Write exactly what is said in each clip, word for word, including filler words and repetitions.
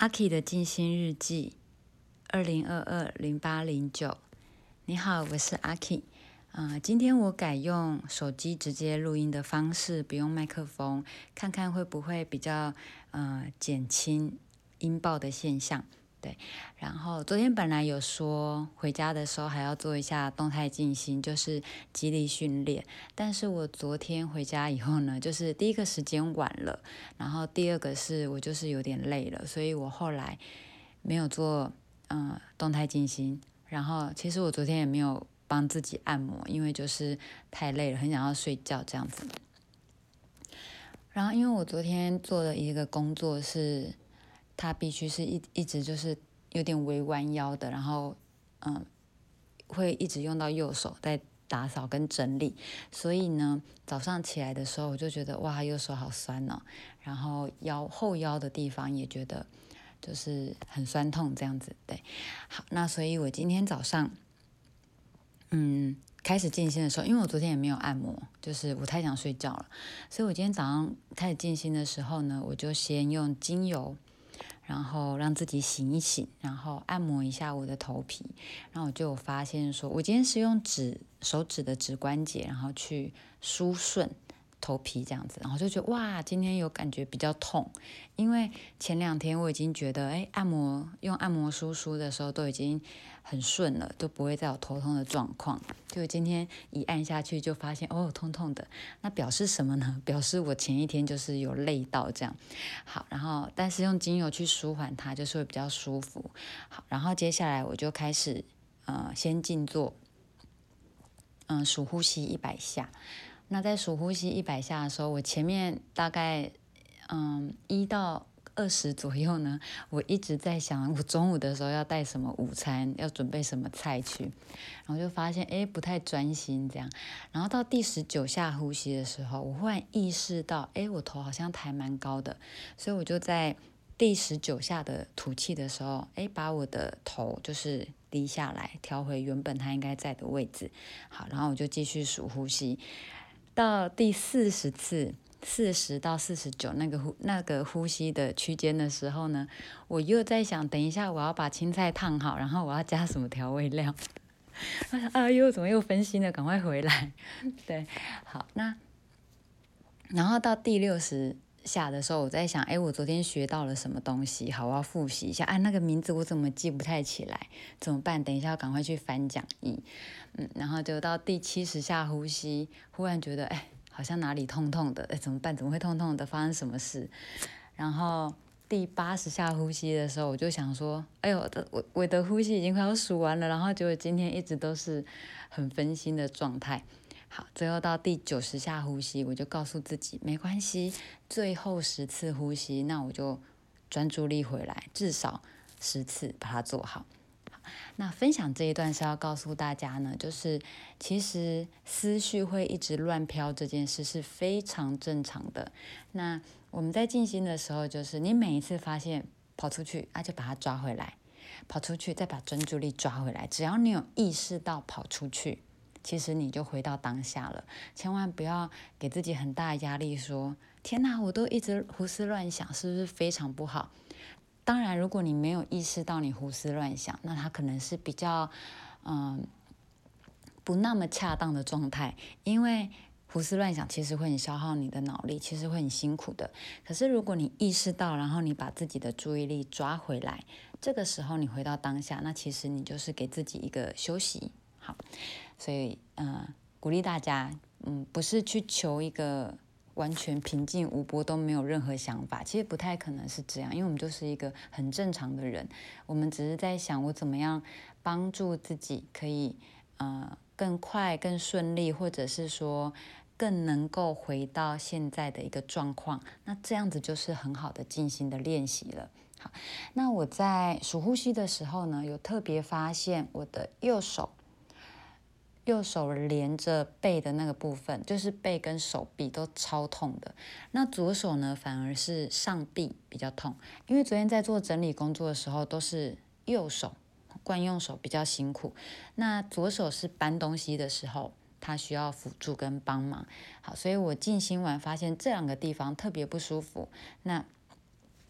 阿 K 的静心日记，二零二二零八零九。你好，我是阿 K。呃，今天我改用手机直接录音的方式，不用麦克风，看看会不会比较呃减轻音爆的现象。对，然后昨天本来有说回家的时候还要做一下动态静心，就是肌力训练，但是我昨天回家以后呢，就是第一个时间晚了，然后第二个是我就是有点累了，所以我后来没有做呃动态静心，然后其实我昨天也没有帮自己按摩，因为就是太累了，很想要睡觉这样子。然后因为我昨天做的一个工作是，它必须是一一直就是有点微弯腰的，然后嗯会一直用到右手在打扫跟整理，所以呢早上起来的时候我就觉得哇右手好酸哦，然后腰后腰的地方也觉得就是很酸痛这样子。对，好，那所以我今天早上嗯开始静心的时候，因为我昨天也没有按摩，就是我太想睡觉了，所以我今天早上开始静心的时候呢，我就先用精油，然后让自己醒一醒，然后按摩一下我的头皮，然后我就有发现说，我今天是用指手指的指关节，然后去梳顺头皮这样子，然后就觉得哇，今天有感觉比较痛，因为前两天我已经觉得，哎，按摩用按摩梳梳的时候都已经很顺了，都不会再有头痛的状况。就今天一按下去就发现哦，痛痛的，那表示什么呢？表示我前一天就是有累到这样。好，然后但是用精油去舒缓它，就是会比较舒服。好，然后接下来我就开始呃先静坐，嗯、呃，数呼吸一百下。那在数呼吸一百下的时候，我前面大概嗯一到二十左右呢，我一直在想我中午的时候要带什么午餐，要准备什么菜去，然后就发现哎不太专心这样。然后到第十九下呼吸的时候，我忽然意识到，哎我头好像抬蛮高的，所以我就在第十九下的吐气的时候，哎把我的头就是低下来，调回原本它应该在的位置。好，然后我就继续数呼吸。到第四十次，四十到四十九那个呼那个呼吸的区间的时候呢，我又在想，等一下我要把青菜烫好，然后我要加什么调味料。我想啊，又怎么又分心了？赶快回来。对，好，那然后到第六十下的时候，我在想，哎，我昨天学到了什么东西？好，我要复习一下。哎，那个名字我怎么记不太起来？怎么办？等一下要赶快去翻讲义。嗯，然后就到第七十下呼吸，忽然觉得哎，好像哪里痛痛的，哎，怎么办？怎么会痛痛的？发生什么事？然后第八十下呼吸的时候，我就想说，哎呦，我我的呼吸已经快要数完了，然后结果今天一直都是很分心的状态。好，最后到第九十下呼吸，我就告诉自己没关系，最后十次呼吸，那我就专注力回来，至少十次把它做好。那分享这一段是要告诉大家呢，就是其实思绪会一直乱飘这件事是非常正常的。那我们在静心的时候，就是你每一次发现跑出去啊，就把它抓回来，跑出去再把专注力抓回来。只要你有意识到跑出去，其实你就回到当下了。千万不要给自己很大的压力说，天哪，我都一直胡思乱想，是不是非常不好？当然，如果你没有意识到你胡思乱想，那它可能是比较，嗯，不那么恰当的状态，因为胡思乱想其实会很消耗你的脑力，其实会很辛苦的。可是如果你意识到，然后你把自己的注意力抓回来，这个时候你回到当下，那其实你就是给自己一个休息。好，所以，嗯，鼓励大家，嗯，不是去求一个完全平静无波都没有任何想法，其实不太可能是这样，因为我们就是一个很正常的人，我们只是在想我怎么样帮助自己可以呃更快更顺利，或者是说更能够回到现在的一个状况，那这样子就是很好的静心的练习了。好，那我在数呼吸的时候呢，有特别发现我的右手右手连着背的那个部分，就是背跟手臂都超痛的。那左手呢，反而是上臂比较痛，因为昨天在做整理工作的时候，都是右手惯用手比较辛苦。那左手是搬东西的时候，它需要辅助跟帮忙。好，所以我静心完发现这两个地方特别不舒服。那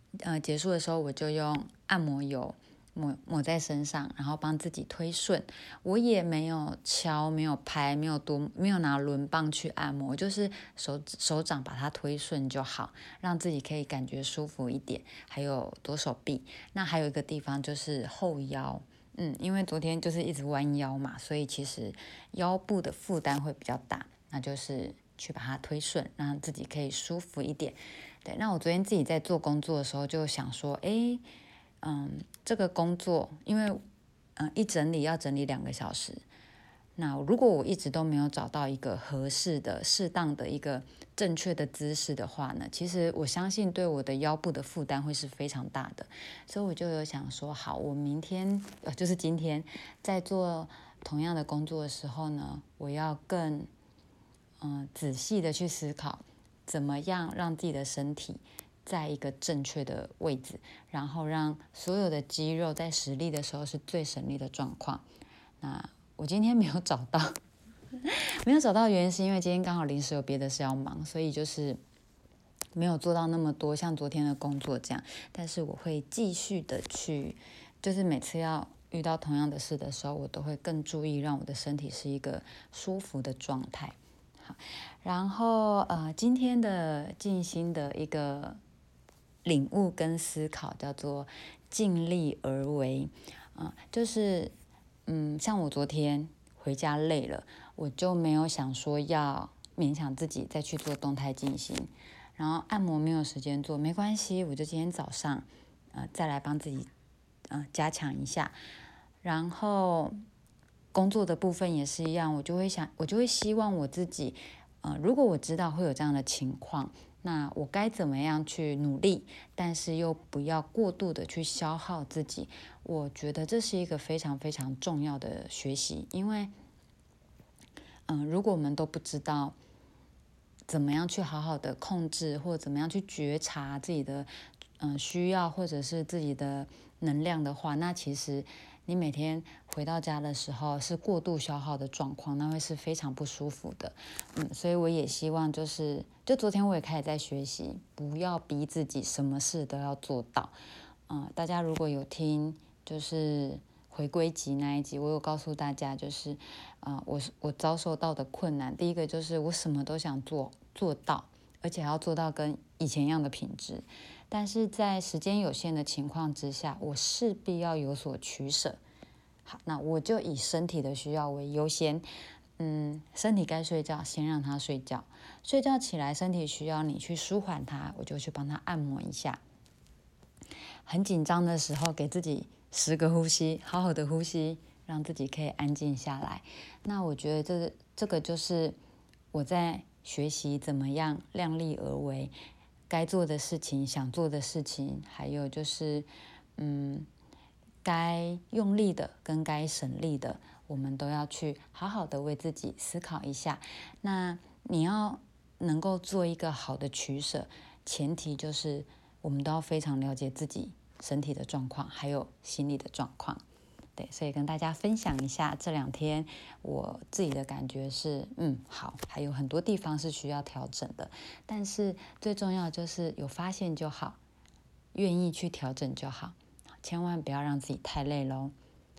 呃结束的时候，我就用按摩油抹抹在身上，然后帮自己推顺。我也没有敲，没有拍，没有多，没有拿轮棒去按摩，就是手手掌把它推顺就好，让自己可以感觉舒服一点。还有左手臂，那还有一个地方就是后腰。嗯，因为昨天就是一直弯腰嘛，所以其实腰部的负担会比较大，那就是去把它推顺，让自己可以舒服一点。对，那我昨天自己在做工作的时候就想说，诶，嗯，这个工作因为嗯一整理要整理两个小时，那如果我一直都没有找到一个合适的、适当的一个正确的姿势的话呢，其实我相信对我的腰部的负担会是非常大的。所以我就有想说，好，我明天呃就是今天在做同样的工作的时候呢，我要更嗯、呃仔细的去思考，怎么样让自己的身体在一个正确的位置，然后让所有的肌肉在实力的时候是最省力的状况。那我今天没有找到，没有找到原因是因为今天刚好临时有别的事要忙，所以就是没有做到那么多像昨天的工作这样。但是我会继续的去，就是每次要遇到同样的事的时候，我都会更注意让我的身体是一个舒服的状态。好，然后呃，今天的静心的一个领悟跟思考叫做尽力而为，嗯、呃，就是嗯，像我昨天回家累了，我就没有想说要勉强自己再去做动态静心，然后按摩没有时间做，没关系，我就今天早上呃再来帮自己呃加强一下，然后工作的部分也是一样，我就会想，我就会希望我自己，呃，如果我知道会有这样的情况，那我该怎么样去努力，但是又不要过度的去消耗自己。我觉得这是一个非常非常重要的学习，因为，嗯、呃，如果我们都不知道怎么样去好好的控制，或者怎么样去觉察自己的，嗯、呃，需要或者是自己的能量的话，那其实你每天回到家的时候是过度消耗的状况，那会是非常不舒服的。嗯，所以我也希望就是，就昨天我也开始在学习，不要逼自己什么事都要做到。嗯、呃，大家如果有听，就是回归集那一集，我有告诉大家，就是呃，我我遭受到的困难，第一个就是我什么都想做做到，而且还要做到跟以前一样的品质，但是在时间有限的情况之下，我势必要有所取舍。好，那我就以身体的需要为优先。嗯，身体该睡觉，先让他睡觉。睡觉起来，身体需要你去舒缓它，我就去帮他按摩一下。很紧张的时候，给自己十个呼吸，好好的呼吸，让自己可以安静下来。那我觉得这这个就是我在学习怎么样量力而为，该做的事情、想做的事情，还有就是嗯，该用力的跟该省力的，我们都要去好好的为自己思考一下。那你要能够做一个好的取舍，前提就是我们都要非常了解自己身体的状况，还有心理的状况。对，所以跟大家分享一下这两天我自己的感觉是，嗯，好，还有很多地方是需要调整的，但是最重要就是有发现就好，愿意去调整就好，千万不要让自己太累咯。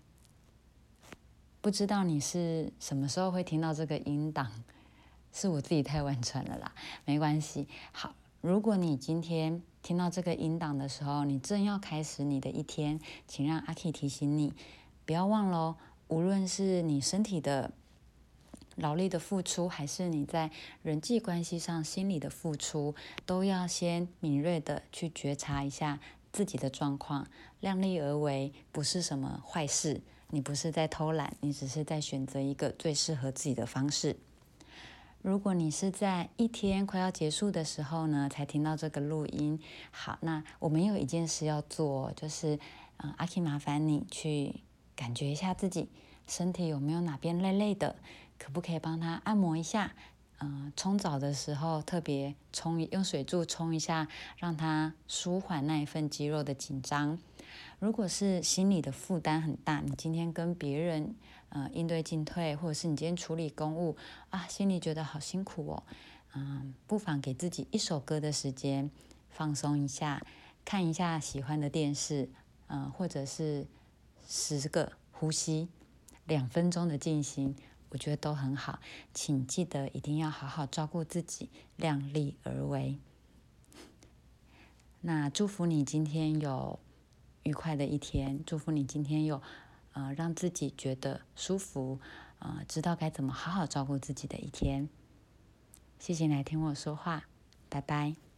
不知道你是什么时候会听到这个音档，是我自己太晚传了啦，没关系。好，如果你今天听到这个音档的时候，你正要开始你的一天，请让阿 K 提醒你，不要忘了哦，无论是你身体的劳力的付出，还是你在人际关系上心理的付出，都要先敏锐的去觉察一下自己的状况，量力而为，不是什么坏事。你不是在偷懒，你只是在选择一个最适合自己的方式。如果你是在一天快要结束的时候呢，才听到这个录音，好，那我们有一件事要做，就是，嗯，阿 K 麻烦你去感觉一下自己身体有没有哪边累累的，可不可以帮他按摩一下？嗯，冲澡的时候特别冲，用水柱冲一下，让它舒缓那一份肌肉的紧张。如果是心理的负担很大，你今天跟别人呃应对进退，或者是你今天处理公务啊，心里觉得好辛苦哦，嗯，不妨给自己一首歌的时间放松一下， 看一下喜欢的电视，呃，或者是十个呼吸，两分钟的静心，我觉得都很好。请记得一定要好好照顾自己，量力而为。那祝福你今天有愉快的一天，祝福你今天有呃让自己觉得舒服，呃知道该怎么好好照顾自己的一天。谢谢你来听我说话，拜拜。